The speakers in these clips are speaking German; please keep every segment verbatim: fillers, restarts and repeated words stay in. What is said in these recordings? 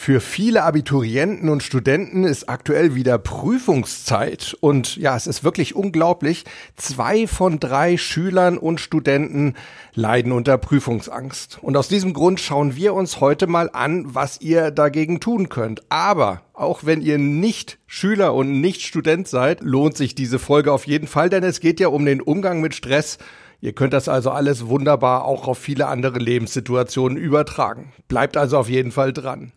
Für viele Abiturienten und Studenten ist aktuell wieder Prüfungszeit und ja, es ist wirklich unglaublich. Zwei von drei Schülern und Studenten leiden unter Prüfungsangst. Und aus diesem Grund schauen wir uns heute mal an, was ihr dagegen tun könnt. Aber auch wenn ihr nicht Schüler und nicht Student seid, lohnt sich diese Folge auf jeden Fall, denn es geht ja um den Umgang mit Stress. Ihr könnt das also alles wunderbar auch auf viele andere Lebenssituationen übertragen. Bleibt also auf jeden Fall dran.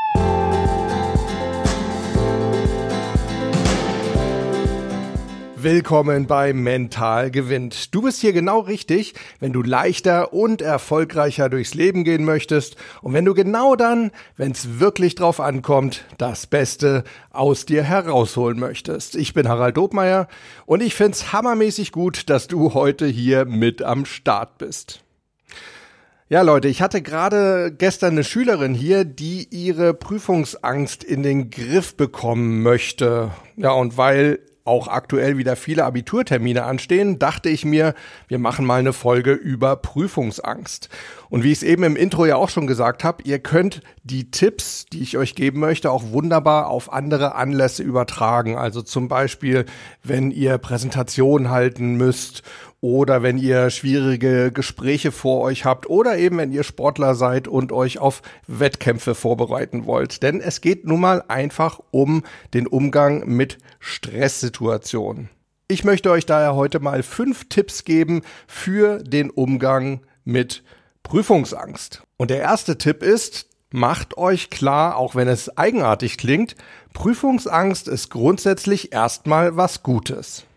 Willkommen bei Mental gewinnt. Du bist hier genau richtig, wenn du leichter und erfolgreicher durchs Leben gehen möchtest und wenn du genau dann, wenn es wirklich drauf ankommt, das Beste aus dir herausholen möchtest. Ich bin Harald Dobmeier und ich find's hammermäßig gut, dass du heute hier mit am Start bist. Ja, Leute, ich hatte gerade gestern eine Schülerin hier, die ihre Prüfungsangst in den Griff bekommen möchte. Ja, und weil auch aktuell wieder viele Abiturtermine anstehen, dachte ich mir, wir machen mal eine Folge über Prüfungsangst. Und wie ich es eben im Intro ja auch schon gesagt habe, ihr könnt die Tipps, die ich euch geben möchte, auch wunderbar auf andere Anlässe übertragen. Also zum Beispiel, wenn ihr Präsentationen halten müsst oder wenn ihr schwierige Gespräche vor euch habt oder eben wenn ihr Sportler seid und euch auf Wettkämpfe vorbereiten wollt. Denn es geht nun mal einfach um den Umgang mit Stresssituationen. Ich möchte euch daher heute mal fünf Tipps geben für den Umgang mit Prüfungsangst. Und der erste Tipp ist, macht euch klar, auch wenn es eigenartig klingt, Prüfungsangst ist grundsätzlich erstmal was Gutes.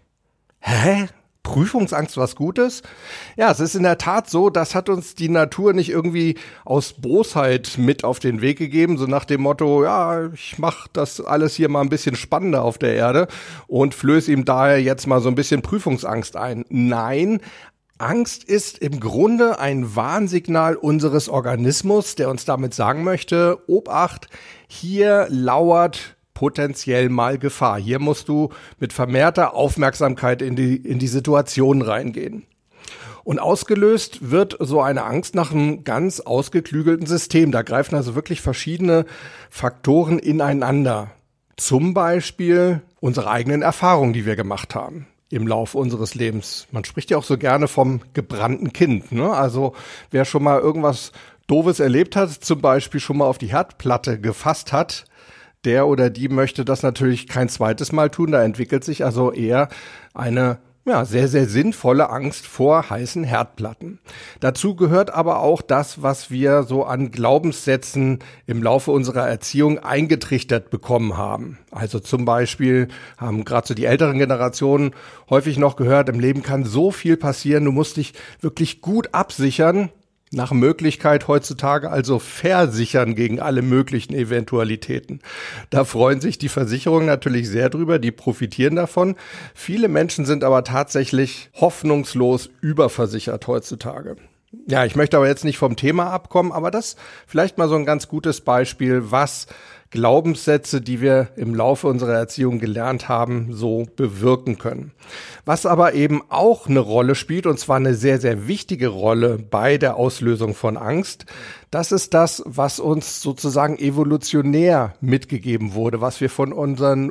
Hä? Prüfungsangst was Gutes? Ja, es ist in der Tat so, das hat uns die Natur nicht irgendwie aus Bosheit mit auf den Weg gegeben, so nach dem Motto, ja, ich mache das alles hier mal ein bisschen spannender auf der Erde und flöße ihm daher jetzt mal so ein bisschen Prüfungsangst ein. Nein, Angst ist im Grunde ein Warnsignal unseres Organismus, der uns damit sagen möchte, Obacht, hier lauert potenziell mal Gefahr. Hier musst du mit vermehrter Aufmerksamkeit in die, in die Situation reingehen. Und ausgelöst wird so eine Angst nach einem ganz ausgeklügelten System. Da greifen also wirklich verschiedene Faktoren ineinander. Zum Beispiel unsere eigenen Erfahrungen, die wir gemacht haben im Laufe unseres Lebens. Man spricht ja auch so gerne vom gebrannten Kind, ne? Also wer schon mal irgendwas Doofes erlebt hat, zum Beispiel schon mal auf die Herdplatte gefasst hat, der oder die möchte das natürlich kein zweites Mal tun. Da entwickelt sich also eher eine ja, sehr, sehr sinnvolle Angst vor heißen Herdplatten. Dazu gehört aber auch das, was wir so an Glaubenssätzen im Laufe unserer Erziehung eingetrichtert bekommen haben. Also zum Beispiel haben gerade so die älteren Generationen häufig noch gehört, im Leben kann so viel passieren, du musst dich wirklich gut absichern. Nach Möglichkeit heutzutage also versichern gegen alle möglichen Eventualitäten. Da freuen sich die Versicherungen natürlich sehr drüber, die profitieren davon. Viele Menschen sind aber tatsächlich hoffnungslos überversichert heutzutage. Ja, ich möchte aber jetzt nicht vom Thema abkommen, aber das vielleicht mal so ein ganz gutes Beispiel, was Glaubenssätze, die wir im Laufe unserer Erziehung gelernt haben, so bewirken können. Was aber eben auch eine Rolle spielt, und zwar eine sehr, sehr wichtige Rolle bei der Auslösung von Angst, das ist das, was uns sozusagen evolutionär mitgegeben wurde, was wir von unseren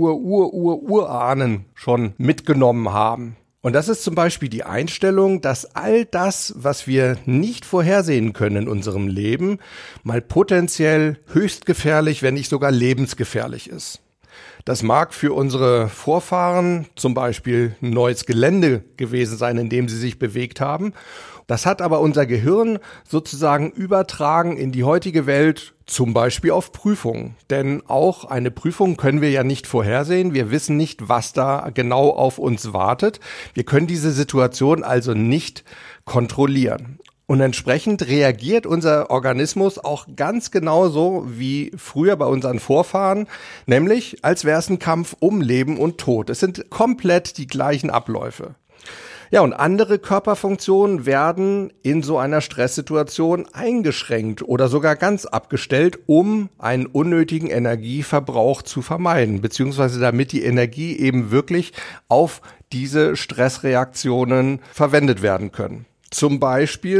Ur-Ur-Ur-Ur-Urahnen schon mitgenommen haben. Und das ist zum Beispiel die Einstellung, dass all das, was wir nicht vorhersehen können in unserem Leben, mal potenziell höchst gefährlich, wenn nicht sogar lebensgefährlich ist. Das mag für unsere Vorfahren zum Beispiel ein neues Gelände gewesen sein, in dem sie sich bewegt haben. Das hat aber unser Gehirn sozusagen übertragen in die heutige Welt, zum Beispiel auf Prüfungen. Denn auch eine Prüfung können wir ja nicht vorhersehen. Wir wissen nicht, was da genau auf uns wartet. Wir können diese Situation also nicht kontrollieren. Und entsprechend reagiert unser Organismus auch ganz genauso wie früher bei unseren Vorfahren, nämlich als wäre es ein Kampf um Leben und Tod. Es sind komplett die gleichen Abläufe. Ja, und andere Körperfunktionen werden in so einer Stresssituation eingeschränkt oder sogar ganz abgestellt, um einen unnötigen Energieverbrauch zu vermeiden, beziehungsweise damit die Energie eben wirklich auf diese Stressreaktionen verwendet werden können. Zum Beispiel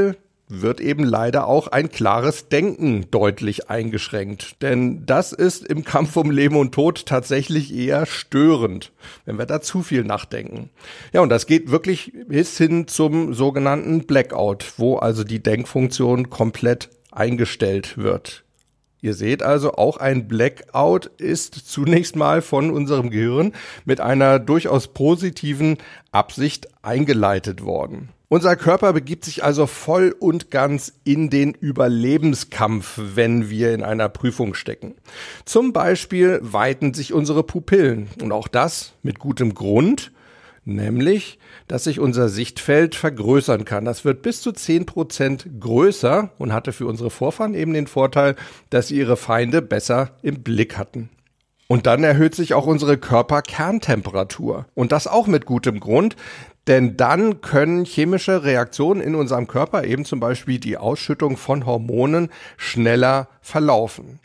wird eben leider auch ein klares Denken deutlich eingeschränkt. Denn das ist im Kampf um Leben und Tod tatsächlich eher störend, wenn wir da zu viel nachdenken. Ja, und das geht wirklich bis hin zum sogenannten Blackout, wo also die Denkfunktion komplett eingestellt wird. Ihr seht also, auch ein Blackout ist zunächst mal von unserem Gehirn mit einer durchaus positiven Absicht eingeleitet worden. Unser Körper begibt sich also voll und ganz in den Überlebenskampf, wenn wir in einer Prüfung stecken. Zum Beispiel weiten sich unsere Pupillen und auch das mit gutem Grund, nämlich, dass sich unser Sichtfeld vergrößern kann. Das wird bis zu zehn Prozent größer und hatte für unsere Vorfahren eben den Vorteil, dass sie ihre Feinde besser im Blick hatten. Und dann erhöht sich auch unsere Körperkerntemperatur. Und das auch mit gutem Grund, denn dann können chemische Reaktionen in unserem Körper, eben zum Beispiel die Ausschüttung von Hormonen, schneller verlaufen.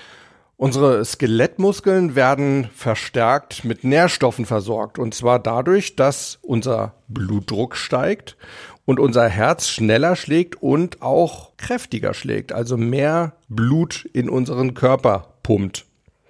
Unsere Skelettmuskeln werden verstärkt mit Nährstoffen versorgt, und zwar dadurch, dass unser Blutdruck steigt und unser Herz schneller schlägt und auch kräftiger schlägt, also mehr Blut in unseren Körper pumpt.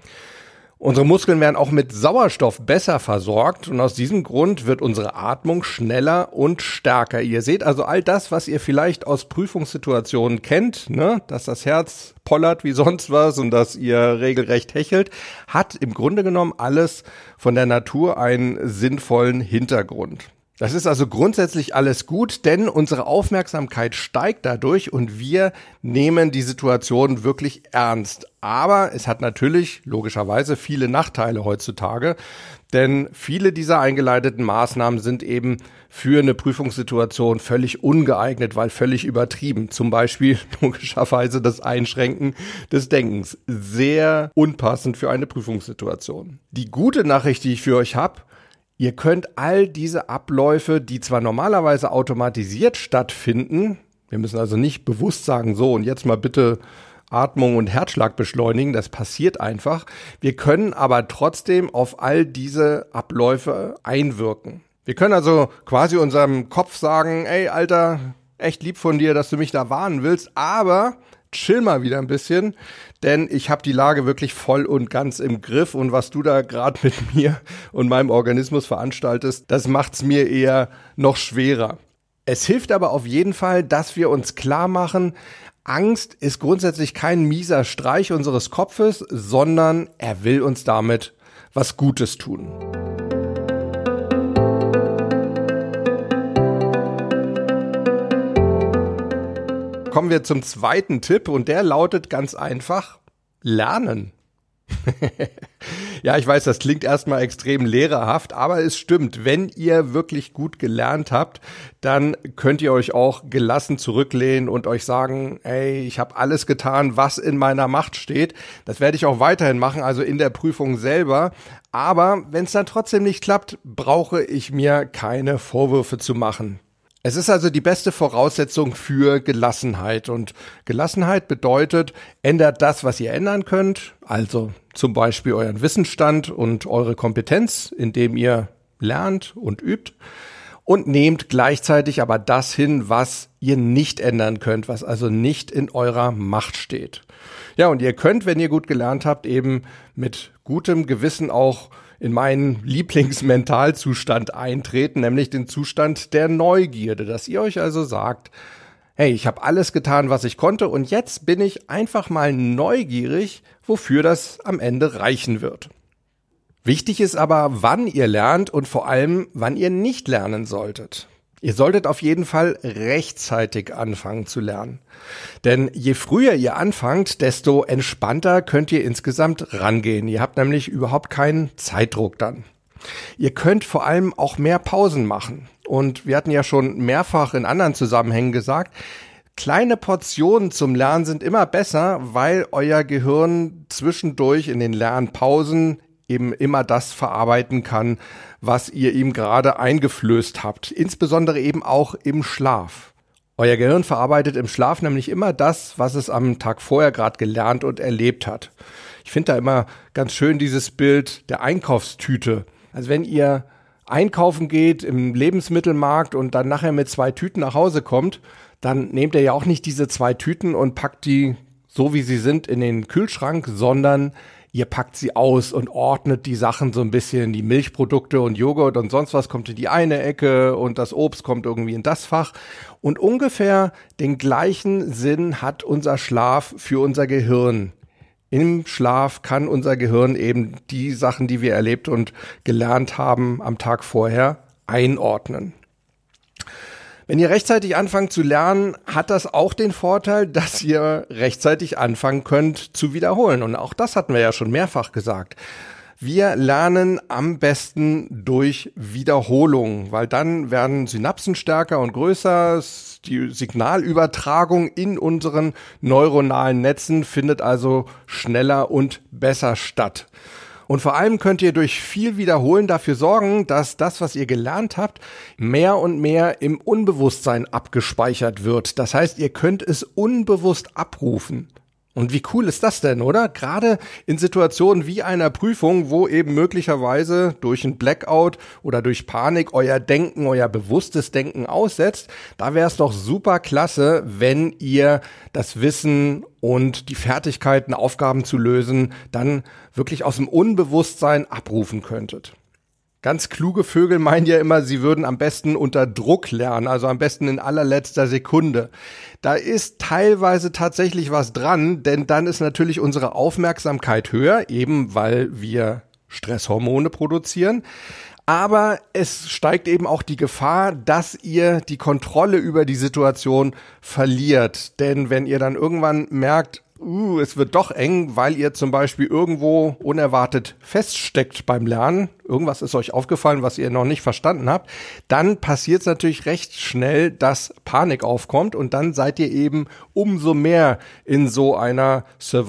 Unsere Muskeln werden auch mit Sauerstoff besser versorgt und aus diesem Grund wird unsere Atmung schneller und stärker. Ihr seht also all das, was ihr vielleicht aus Prüfungssituationen kennt, ne? Dass das Herz pollert wie sonst was und dass ihr regelrecht hechelt, hat im Grunde genommen alles von der Natur einen sinnvollen Hintergrund. Das ist also grundsätzlich alles gut, denn unsere Aufmerksamkeit steigt dadurch und wir nehmen die Situation wirklich ernst. Aber es hat natürlich logischerweise viele Nachteile heutzutage, denn viele dieser eingeleiteten Maßnahmen sind eben für eine Prüfungssituation völlig ungeeignet, weil völlig übertrieben. Zum Beispiel logischerweise das Einschränken des Denkens. Sehr unpassend für eine Prüfungssituation. Die gute Nachricht, die ich für euch habe: Ihr könnt all diese Abläufe, die zwar normalerweise automatisiert stattfinden, wir müssen also nicht bewusst sagen, so und jetzt mal bitte Atmung und Herzschlag beschleunigen, das passiert einfach. Wir können aber trotzdem auf all diese Abläufe einwirken. Wir können also quasi unserem Kopf sagen, ey Alter, echt lieb von dir, dass du mich da warnen willst, aber chill mal wieder ein bisschen, denn ich habe die Lage wirklich voll und ganz im Griff und was du da gerade mit mir und meinem Organismus veranstaltest, das macht's mir eher noch schwerer. Es hilft aber auf jeden Fall, dass wir uns klar machen, Angst ist grundsätzlich kein mieser Streich unseres Kopfes, sondern er will uns damit was Gutes tun. Kommen wir zum zweiten Tipp und der lautet ganz einfach: Lernen. Ja, ich weiß, das klingt erstmal extrem lehrerhaft, aber es stimmt. Wenn ihr wirklich gut gelernt habt, dann könnt ihr euch auch gelassen zurücklehnen und euch sagen, ey, ich habe alles getan, was in meiner Macht steht. Das werde ich auch weiterhin machen, also in der Prüfung selber. Aber wenn es dann trotzdem nicht klappt, brauche ich mir keine Vorwürfe zu machen. Es ist also die beste Voraussetzung für Gelassenheit und Gelassenheit bedeutet, ändert das, was ihr ändern könnt, also zum Beispiel euren Wissensstand und eure Kompetenz, indem ihr lernt und übt und nehmt gleichzeitig aber das hin, was ihr nicht ändern könnt, was also nicht in eurer Macht steht. Ja, und ihr könnt, wenn ihr gut gelernt habt, eben mit gutem Gewissen auch in meinen Lieblingsmentalzustand eintreten, nämlich den Zustand der Neugierde, dass ihr euch also sagt, hey, ich habe alles getan, was ich konnte und jetzt bin ich einfach mal neugierig, wofür das am Ende reichen wird. Wichtig ist aber, wann ihr lernt und vor allem, wann ihr nicht lernen solltet. Ihr solltet auf jeden Fall rechtzeitig anfangen zu lernen. Denn je früher ihr anfangt, desto entspannter könnt ihr insgesamt rangehen. Ihr habt nämlich überhaupt keinen Zeitdruck dann. Ihr könnt vor allem auch mehr Pausen machen. Und wir hatten ja schon mehrfach in anderen Zusammenhängen gesagt, kleine Portionen zum Lernen sind immer besser, weil euer Gehirn zwischendurch in den Lernpausen eben immer das verarbeiten kann, was ihr ihm gerade eingeflößt habt. Insbesondere eben auch im Schlaf. Euer Gehirn verarbeitet im Schlaf nämlich immer das, was es am Tag vorher gerade gelernt und erlebt hat. Ich finde da immer ganz schön dieses Bild der Einkaufstüte. Also wenn ihr einkaufen geht im Lebensmittelmarkt und dann nachher mit zwei Tüten nach Hause kommt, dann nehmt ihr ja auch nicht diese zwei Tüten und packt die so, wie sie sind, in den Kühlschrank, sondern ihr packt sie aus und ordnet die Sachen so ein bisschen. Die Milchprodukte und Joghurt und sonst was kommt in die eine Ecke und das Obst kommt irgendwie in das Fach. Und ungefähr den gleichen Sinn hat unser Schlaf für unser Gehirn. Im Schlaf kann unser Gehirn eben die Sachen, die wir erlebt und gelernt haben am Tag vorher, einordnen. Wenn ihr rechtzeitig anfangt zu lernen, hat das auch den Vorteil, dass ihr rechtzeitig anfangen könnt zu wiederholen. Und auch das hatten wir ja schon mehrfach gesagt. Wir lernen am besten durch Wiederholung, weil dann werden Synapsen stärker und größer. Die Signalübertragung in unseren neuronalen Netzen findet also schneller und besser statt. Und vor allem könnt ihr durch viel Wiederholen dafür sorgen, dass das, was ihr gelernt habt, mehr und mehr im Unbewusstsein abgespeichert wird. Das heißt, ihr könnt es unbewusst abrufen. Und wie cool ist das denn, oder? Gerade in Situationen wie einer Prüfung, wo eben möglicherweise durch ein Blackout oder durch Panik euer Denken, euer bewusstes Denken aussetzt, da wäre es doch super klasse, wenn ihr das Wissen und die Fertigkeiten, Aufgaben zu lösen, dann wirklich aus dem Unbewusstsein abrufen könntet. Ganz kluge Vögel meinen ja immer, sie würden am besten unter Druck lernen, also am besten in allerletzter Sekunde. Da ist teilweise tatsächlich was dran, denn dann ist natürlich unsere Aufmerksamkeit höher, eben weil wir Stresshormone produzieren. Aber es steigt eben auch die Gefahr, dass ihr die Kontrolle über die Situation verliert. Denn wenn ihr dann irgendwann merkt, Uh, es wird doch eng, weil ihr zum Beispiel irgendwo unerwartet feststeckt beim Lernen. Irgendwas ist euch aufgefallen, was ihr noch nicht verstanden habt. Dann passiert es natürlich recht schnell, dass Panik aufkommt und dann seid ihr eben umso mehr in so einer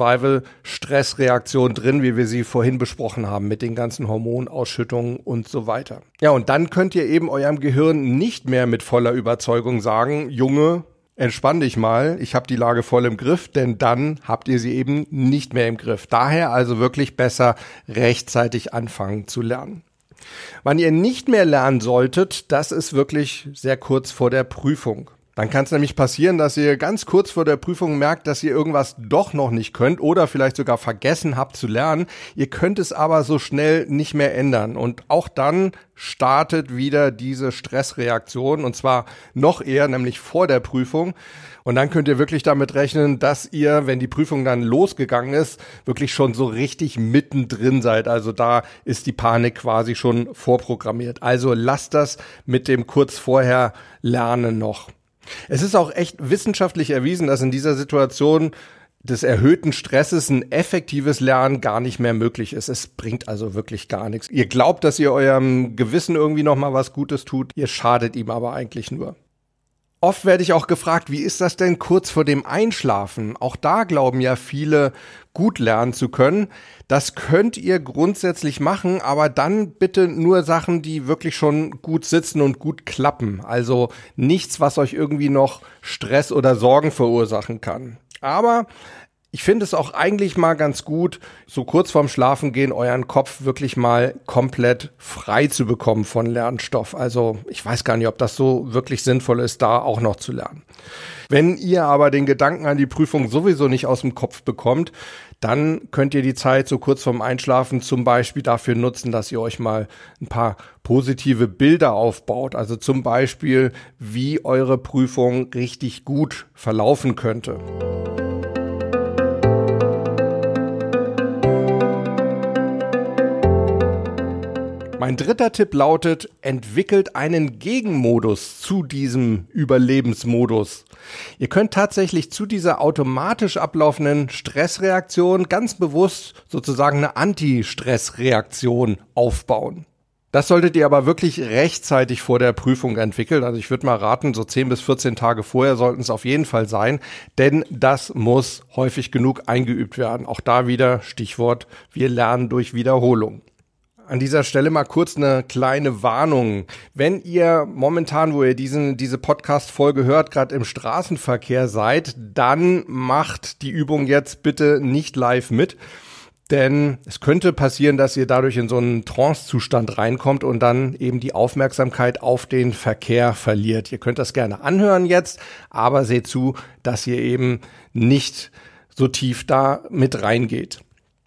Survival-Stressreaktion drin, wie wir sie vorhin besprochen haben, mit den ganzen Hormonausschüttungen und so weiter. Ja, und dann könnt ihr eben eurem Gehirn nicht mehr mit voller Überzeugung sagen, Junge, entspann dich mal, ich habe die Lage voll im Griff, denn dann habt ihr sie eben nicht mehr im Griff. Daher also wirklich besser rechtzeitig anfangen zu lernen. Wann ihr nicht mehr lernen solltet, das ist wirklich sehr kurz vor der Prüfung. Dann kann es nämlich passieren, dass ihr ganz kurz vor der Prüfung merkt, dass ihr irgendwas doch noch nicht könnt oder vielleicht sogar vergessen habt zu lernen. Ihr könnt es aber so schnell nicht mehr ändern. Und auch dann startet wieder diese Stressreaktion und zwar noch eher, nämlich vor der Prüfung. Und dann könnt ihr wirklich damit rechnen, dass ihr, wenn die Prüfung dann losgegangen ist, wirklich schon so richtig mittendrin seid. Also da ist die Panik quasi schon vorprogrammiert. Also lasst das mit dem kurz vorher Lernen noch. Es ist auch echt wissenschaftlich erwiesen, dass in dieser Situation des erhöhten Stresses ein effektives Lernen gar nicht mehr möglich ist. Es bringt also wirklich gar nichts. Ihr glaubt, dass ihr eurem Gewissen irgendwie noch mal was Gutes tut, ihr schadet ihm aber eigentlich nur. Oft werde ich auch gefragt, wie ist das denn kurz vor dem Einschlafen? Auch da glauben ja viele, gut lernen zu können. Das könnt ihr grundsätzlich machen, aber dann bitte nur Sachen, die wirklich schon gut sitzen und gut klappen. Also nichts, was euch irgendwie noch Stress oder Sorgen verursachen kann. Aber ich finde es auch eigentlich mal ganz gut, so kurz vorm Schlafengehen euren Kopf wirklich mal komplett frei zu bekommen von Lernstoff. Also ich weiß gar nicht, ob das so wirklich sinnvoll ist, da auch noch zu lernen. Wenn ihr aber den Gedanken an die Prüfung sowieso nicht aus dem Kopf bekommt, dann könnt ihr die Zeit so kurz vorm Einschlafen zum Beispiel dafür nutzen, dass ihr euch mal ein paar positive Bilder aufbaut. Also zum Beispiel, wie eure Prüfung richtig gut verlaufen könnte. Mein dritter Tipp lautet, entwickelt einen Gegenmodus zu diesem Überlebensmodus. Ihr könnt tatsächlich zu dieser automatisch ablaufenden Stressreaktion ganz bewusst sozusagen eine Anti-Stress-Reaktion aufbauen. Das solltet ihr aber wirklich rechtzeitig vor der Prüfung entwickeln. Also ich würde mal raten, so zehn bis vierzehn Tage vorher sollten es auf jeden Fall sein, denn das muss häufig genug eingeübt werden. Auch da wieder Stichwort, wir lernen durch Wiederholung. An dieser Stelle mal kurz eine kleine Warnung. Wenn ihr momentan, wo ihr diesen, diese Podcast-Folge hört, gerade im Straßenverkehr seid, dann macht die Übung jetzt bitte nicht live mit. Denn es könnte passieren, dass ihr dadurch in so einen Trance-Zustand reinkommt und dann eben die Aufmerksamkeit auf den Verkehr verliert. Ihr könnt das gerne anhören jetzt, aber seht zu, dass ihr eben nicht so tief da mit reingeht.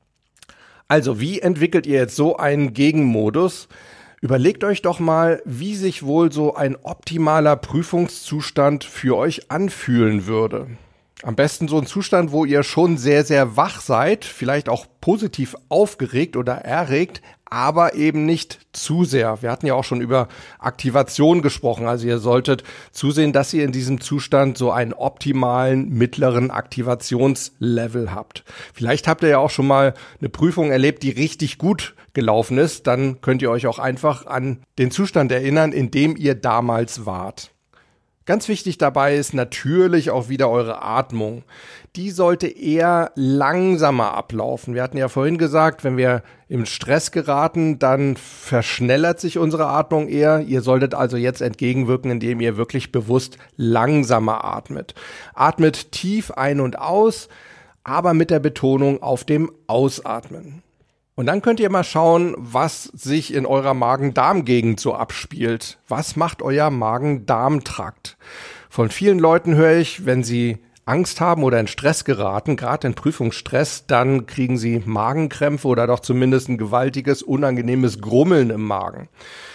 Also, wie entwickelt ihr jetzt so einen Gegenmodus? Überlegt euch doch mal, wie sich wohl so ein optimaler Prüfungszustand für euch anfühlen würde. Am besten so ein Zustand, wo ihr schon sehr, sehr wach seid, vielleicht auch positiv aufgeregt oder erregt, aber eben nicht zu sehr. Wir hatten ja auch schon über Aktivation gesprochen. Also ihr solltet zusehen, dass ihr in diesem Zustand so einen optimalen mittleren Aktivationslevel habt. Vielleicht habt ihr ja auch schon mal eine Prüfung erlebt, die richtig gut gelaufen ist. Dann könnt ihr euch auch einfach an den Zustand erinnern, in dem ihr damals wart. Ganz wichtig dabei ist natürlich auch wieder eure Atmung. Die sollte eher langsamer ablaufen. Wir hatten ja vorhin gesagt, wenn wir im Stress geraten, dann verschnellert sich unsere Atmung eher. Ihr solltet also jetzt entgegenwirken, indem ihr wirklich bewusst langsamer atmet. Atmet tief ein und aus, aber mit der Betonung auf dem Ausatmen. Und dann könnt ihr mal schauen, was sich in eurer Magen-Darm-Gegend so abspielt. Was macht euer Magen-Darm-Trakt? Von vielen Leuten höre ich, wenn sie Angst haben oder in Stress geraten, gerade in Prüfungsstress, dann kriegen sie Magenkrämpfe oder doch zumindest ein gewaltiges, unangenehmes Grummeln im Magen.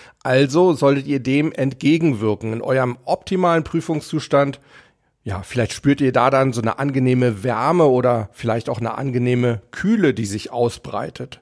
Also solltet ihr dem entgegenwirken. In eurem optimalen Prüfungszustand, ja, vielleicht spürt ihr da dann so eine angenehme Wärme oder vielleicht auch eine angenehme Kühle, die sich ausbreitet.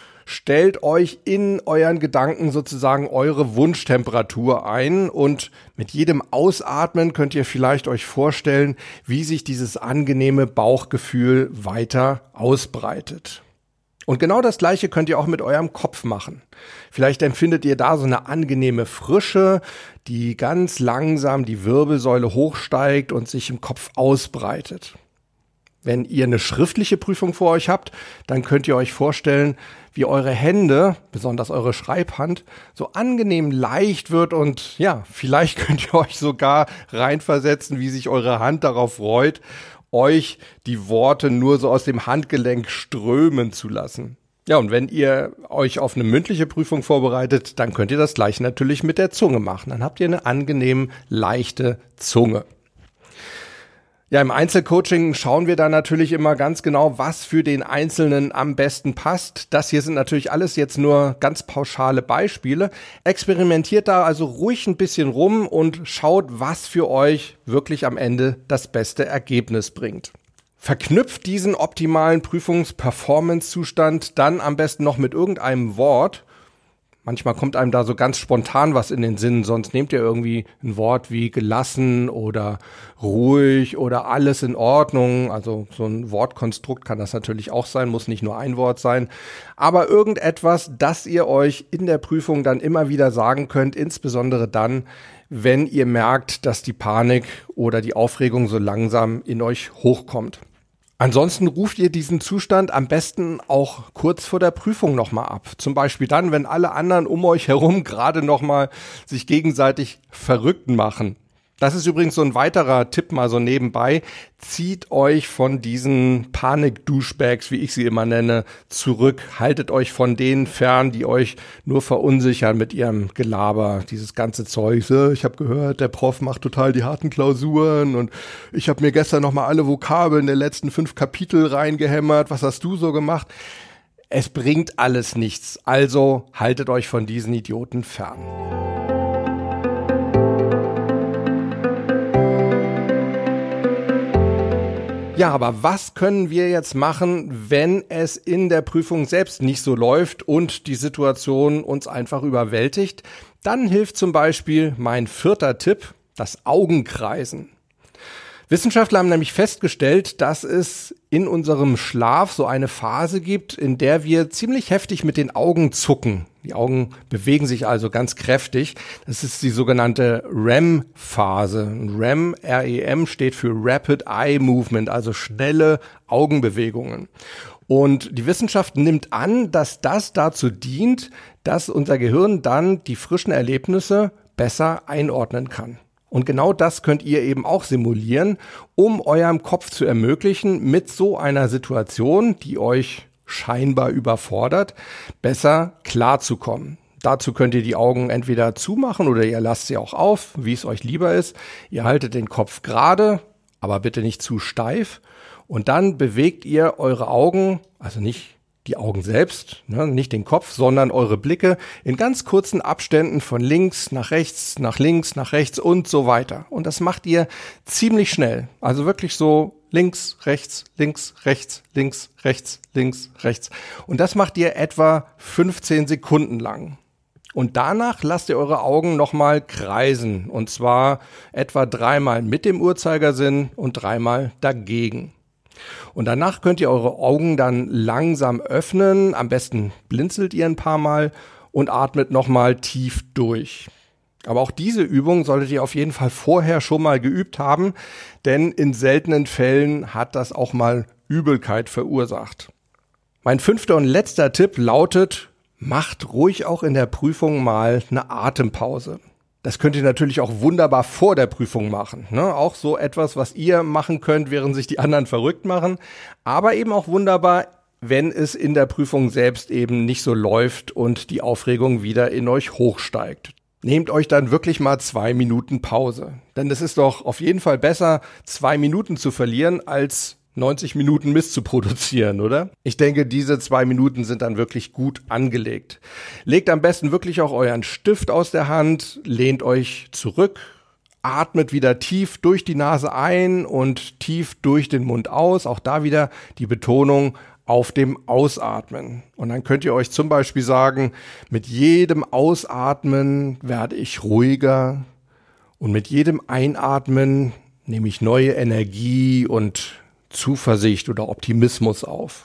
Stellt euch in euren Gedanken sozusagen eure Wunschtemperatur ein und mit jedem Ausatmen könnt ihr vielleicht euch vorstellen, wie sich dieses angenehme Bauchgefühl weiter ausbreitet. Und genau das Gleiche könnt ihr auch mit eurem Kopf machen. Vielleicht empfindet ihr da so eine angenehme Frische, die ganz langsam die Wirbelsäule hochsteigt und sich im Kopf ausbreitet. Wenn ihr eine schriftliche Prüfung vor euch habt, dann könnt ihr euch vorstellen, wie eure Hände, besonders eure Schreibhand, so angenehm leicht wird und ja, vielleicht könnt ihr euch sogar reinversetzen, wie sich eure Hand darauf freut, euch die Worte nur so aus dem Handgelenk strömen zu lassen. Ja, und wenn ihr euch auf eine mündliche Prüfung vorbereitet, dann könnt ihr das gleiche natürlich mit der Zunge machen. Dann habt ihr eine angenehm leichte Zunge. Ja, im Einzelcoaching schauen wir da natürlich immer ganz genau, was für den Einzelnen am besten passt. Das hier sind natürlich alles jetzt nur ganz pauschale Beispiele. Experimentiert da also ruhig ein bisschen rum und schaut, was für euch wirklich am Ende das beste Ergebnis bringt. Verknüpft diesen optimalen Prüfungs-Performance-Zustand dann am besten noch mit irgendeinem Wort. Manchmal kommt einem da so ganz spontan was in den Sinn, sonst nehmt ihr irgendwie ein Wort wie gelassen oder ruhig oder alles in Ordnung. Also so ein Wortkonstrukt kann das natürlich auch sein, muss nicht nur ein Wort sein. Aber irgendetwas, das ihr euch in der Prüfung dann immer wieder sagen könnt, insbesondere dann, wenn ihr merkt, dass die Panik oder die Aufregung so langsam in euch hochkommt. Ansonsten ruft ihr diesen Zustand am besten auch kurz vor der Prüfung nochmal ab. Zum Beispiel dann, wenn alle anderen um euch herum gerade nochmal sich gegenseitig verrückt machen. Das ist übrigens so ein weiterer Tipp mal so nebenbei. Zieht euch von diesen Panik-Douchebags, wie ich sie immer nenne, zurück. Haltet euch von denen fern, die euch nur verunsichern mit ihrem Gelaber. Dieses ganze Zeug. So, ich habe gehört, der Prof macht total die harten Klausuren und ich habe mir gestern nochmal alle Vokabeln der letzten fünf Kapitel reingehämmert. Was hast du so gemacht? Es bringt alles nichts. Also haltet euch von diesen Idioten fern. Ja, aber was können wir jetzt machen, wenn es in der Prüfung selbst nicht so läuft und die Situation uns einfach überwältigt? Dann hilft zum Beispiel mein vierter Tipp, das Augenkreisen. Wissenschaftler haben nämlich festgestellt, dass es in unserem Schlaf so eine Phase gibt, in der wir ziemlich heftig mit den Augen zucken. Die Augen bewegen sich also ganz kräftig. Das ist die sogenannte R E M-Phase. R E M, R E M steht für Rapid Eye Movement, also schnelle Augenbewegungen. Und die Wissenschaft nimmt an, dass das dazu dient, dass unser Gehirn dann die frischen Erlebnisse besser einordnen kann. Und genau das könnt ihr eben auch simulieren, um eurem Kopf zu ermöglichen, mit so einer Situation, die euch scheinbar überfordert, besser klarzukommen. Dazu könnt ihr die Augen entweder zumachen oder ihr lasst sie auch auf, wie es euch lieber ist. Ihr haltet den Kopf gerade, aber bitte nicht zu steif. Und dann bewegt ihr eure Augen, also nicht die Augen selbst, ne, nicht den Kopf, sondern eure Blicke in ganz kurzen Abständen von links nach rechts, nach links, nach rechts und so weiter. Und das macht ihr ziemlich schnell. Also wirklich so links, rechts, links, rechts, links, rechts, links, rechts. Und das macht ihr etwa fünfzehn Sekunden lang. Und danach lasst ihr eure Augen nochmal kreisen. Und zwar etwa dreimal mit dem Uhrzeigersinn und dreimal dagegen. Und danach könnt ihr eure Augen dann langsam öffnen. Am besten blinzelt ihr ein paar Mal und atmet nochmal tief durch. Aber auch diese Übung solltet ihr auf jeden Fall vorher schon mal geübt haben, denn in seltenen Fällen hat das auch mal Übelkeit verursacht. Mein fünfter und letzter Tipp lautet, macht ruhig auch in der Prüfung mal eine Atempause. Das könnt ihr natürlich auch wunderbar vor der Prüfung machen, ne? Auch so etwas, was ihr machen könnt, während sich die anderen verrückt machen. Aber eben auch wunderbar, wenn es in der Prüfung selbst eben nicht so läuft und die Aufregung wieder in euch hochsteigt. Nehmt euch dann wirklich mal zwei Minuten Pause. Denn es ist doch auf jeden Fall besser, zwei Minuten zu verlieren, als neunzig Minuten Mist zu produzieren, oder? Ich denke, diese zwei Minuten sind dann wirklich gut angelegt. Legt am besten wirklich auch euren Stift aus der Hand, lehnt euch zurück, atmet wieder tief durch die Nase ein und tief durch den Mund aus. Auch da wieder die Betonung auf dem Ausatmen. Und dann könnt ihr euch zum Beispiel sagen, mit jedem Ausatmen werde ich ruhiger und mit jedem Einatmen nehme ich neue Energie und Zuversicht oder Optimismus auf.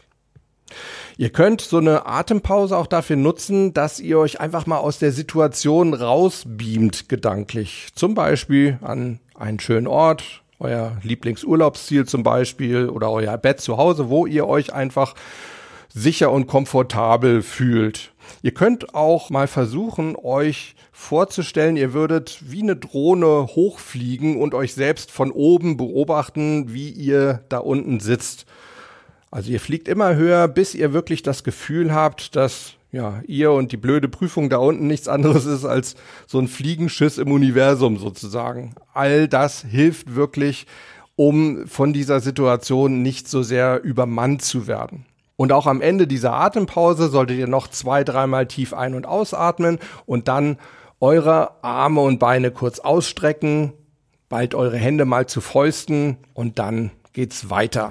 Ihr könnt so eine Atempause auch dafür nutzen, dass ihr euch einfach mal aus der Situation rausbeamt gedanklich. Zum Beispiel an einen schönen Ort, euer Lieblingsurlaubsziel zum Beispiel oder euer Bett zu Hause, wo ihr euch einfach sicher und komfortabel fühlt. Ihr könnt auch mal versuchen, euch vorzustellen, ihr würdet wie eine Drohne hochfliegen und euch selbst von oben beobachten, wie ihr da unten sitzt. Also ihr fliegt immer höher, bis ihr wirklich das Gefühl habt, dass ja ihr und die blöde Prüfung da unten nichts anderes ist als so ein Fliegenschiss im Universum sozusagen. All das hilft wirklich, um von dieser Situation nicht so sehr übermannt zu werden. Und auch am Ende dieser Atempause solltet ihr noch zwei, dreimal tief ein- und ausatmen und dann eure Arme und Beine kurz ausstrecken, bald eure Hände mal zu Fäusten und dann geht's weiter.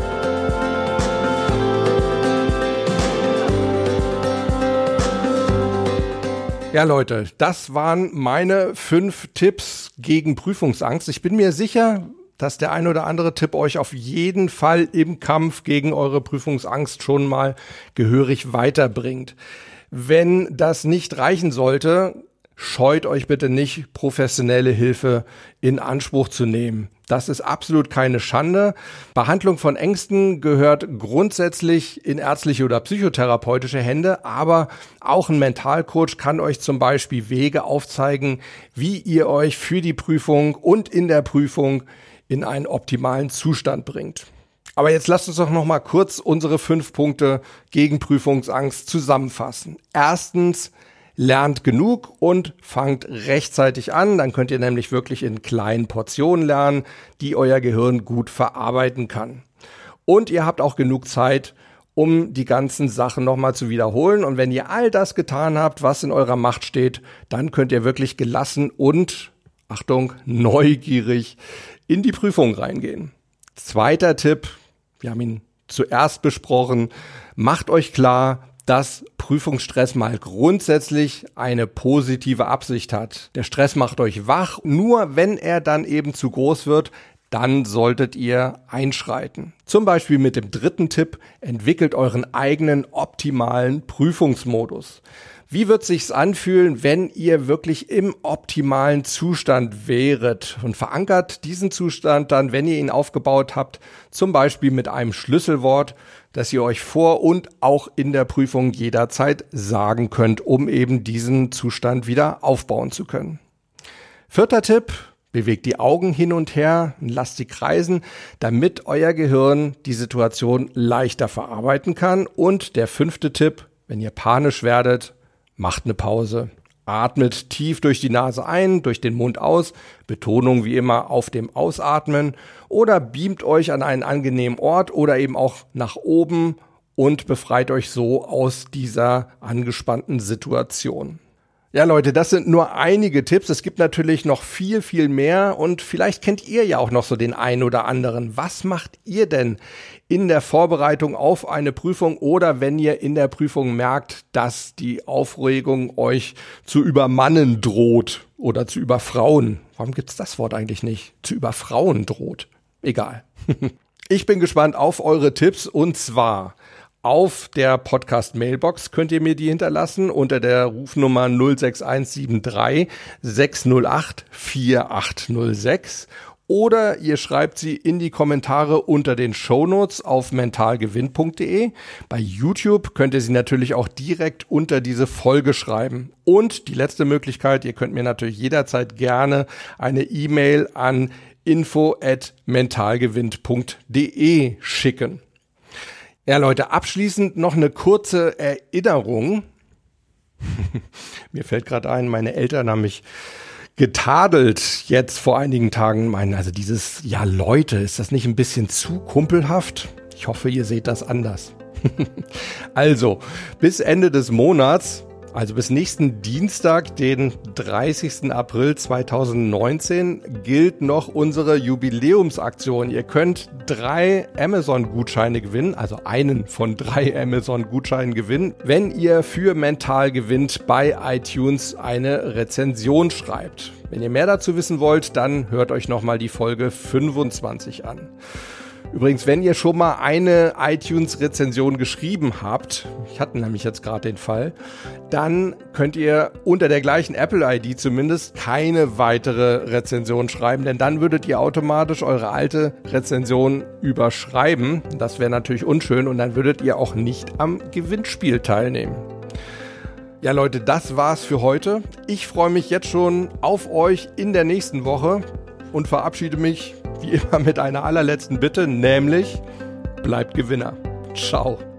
Ja, Leute, das waren meine fünf Tipps gegen Prüfungsangst. Ich bin mir sicher, dass der ein oder andere Tipp euch auf jeden Fall im Kampf gegen eure Prüfungsangst schon mal gehörig weiterbringt. Wenn das nicht reichen sollte, scheut euch bitte nicht, professionelle Hilfe in Anspruch zu nehmen. Das ist absolut keine Schande. Behandlung von Ängsten gehört grundsätzlich in ärztliche oder psychotherapeutische Hände, aber auch ein Mentalcoach kann euch zum Beispiel Wege aufzeigen, wie ihr euch für die Prüfung und in der Prüfung in einen optimalen Zustand bringt. Aber jetzt lasst uns doch noch mal kurz unsere fünf Punkte gegen Prüfungsangst zusammenfassen. Erstens, lernt genug und fangt rechtzeitig an. Dann könnt ihr nämlich wirklich in kleinen Portionen lernen, die euer Gehirn gut verarbeiten kann. Und ihr habt auch genug Zeit, um die ganzen Sachen nochmal zu wiederholen. Und wenn ihr all das getan habt, was in eurer Macht steht, dann könnt ihr wirklich gelassen und, Achtung, neugierig in die Prüfung reingehen. Zweiter Tipp, wir haben ihn zuerst besprochen, macht euch klar, dass Prüfungsstress mal grundsätzlich eine positive Absicht hat. Der Stress macht euch wach, nur wenn er dann eben zu groß wird, dann solltet ihr einschreiten. Zum Beispiel mit dem dritten Tipp, entwickelt euren eigenen optimalen Prüfungsmodus. Wie wird sich's anfühlen, wenn ihr wirklich im optimalen Zustand wäret und verankert diesen Zustand dann, wenn ihr ihn aufgebaut habt, zum Beispiel mit einem Schlüsselwort, das ihr euch vor und auch in der Prüfung jederzeit sagen könnt, um eben diesen Zustand wieder aufbauen zu können. Vierter Tipp, Bewegt die Augen hin und her und lasst sie kreisen, damit euer Gehirn die Situation leichter verarbeiten kann. Und der fünfte Tipp, wenn ihr panisch werdet, macht eine Pause. Atmet tief durch die Nase ein, durch den Mund aus, Betonung wie immer auf dem Ausatmen, oder beamt euch an einen angenehmen Ort oder eben auch nach oben und befreit euch so aus dieser angespannten Situation. Ja, Leute, das sind nur einige Tipps. Es gibt natürlich noch viel, viel mehr und vielleicht kennt ihr ja auch noch so den einen oder anderen. Was macht ihr denn in der Vorbereitung auf eine Prüfung oder wenn ihr in der Prüfung merkt, dass die Aufregung euch zu übermannen droht oder zu überfrauen? Warum gibt's das Wort eigentlich nicht? Zu überfrauen droht. Egal. Ich bin gespannt auf eure Tipps und zwar auf der Podcast-Mailbox könnt ihr mir die hinterlassen unter der Rufnummer null sechs eins sieben drei sechs null acht vier acht null sechs oder ihr schreibt sie in die Kommentare unter den Shownotes auf mentalgewinn punkt de. Bei YouTube könnt ihr sie natürlich auch direkt unter diese Folge schreiben. Und die letzte Möglichkeit, ihr könnt mir natürlich jederzeit gerne eine E-Mail an info at mentalgewinn punkt de schicken. Ja, Leute, abschließend noch eine kurze Erinnerung. Mir fällt gerade ein, meine Eltern haben mich getadelt jetzt vor einigen Tagen. Meinen, also dieses, ja Leute, ist das nicht ein bisschen zu kumpelhaft? Ich hoffe, ihr seht das anders. Also, bis Ende des Monats, also bis nächsten Dienstag, den dreißigsten April zweitausendneunzehn, gilt noch unsere Jubiläumsaktion. Ihr könnt drei Amazon-Gutscheine gewinnen, also einen von drei Amazon-Gutscheinen gewinnen, wenn ihr für Mental gewinnt bei iTunes eine Rezension schreibt. Wenn ihr mehr dazu wissen wollt, dann hört euch nochmal die Folge fünfundzwanzig an. Übrigens, wenn ihr schon mal eine iTunes-Rezension geschrieben habt, ich hatte nämlich jetzt gerade den Fall, dann könnt ihr unter der gleichen Apple-I D zumindest keine weitere Rezension schreiben, denn dann würdet ihr automatisch eure alte Rezension überschreiben. Das wäre natürlich unschön und dann würdet ihr auch nicht am Gewinnspiel teilnehmen. Ja Leute, das war's für heute. Ich freue mich jetzt schon auf euch in der nächsten Woche und verabschiede mich wie immer mit einer allerletzten Bitte, nämlich bleibt Gewinner. Ciao.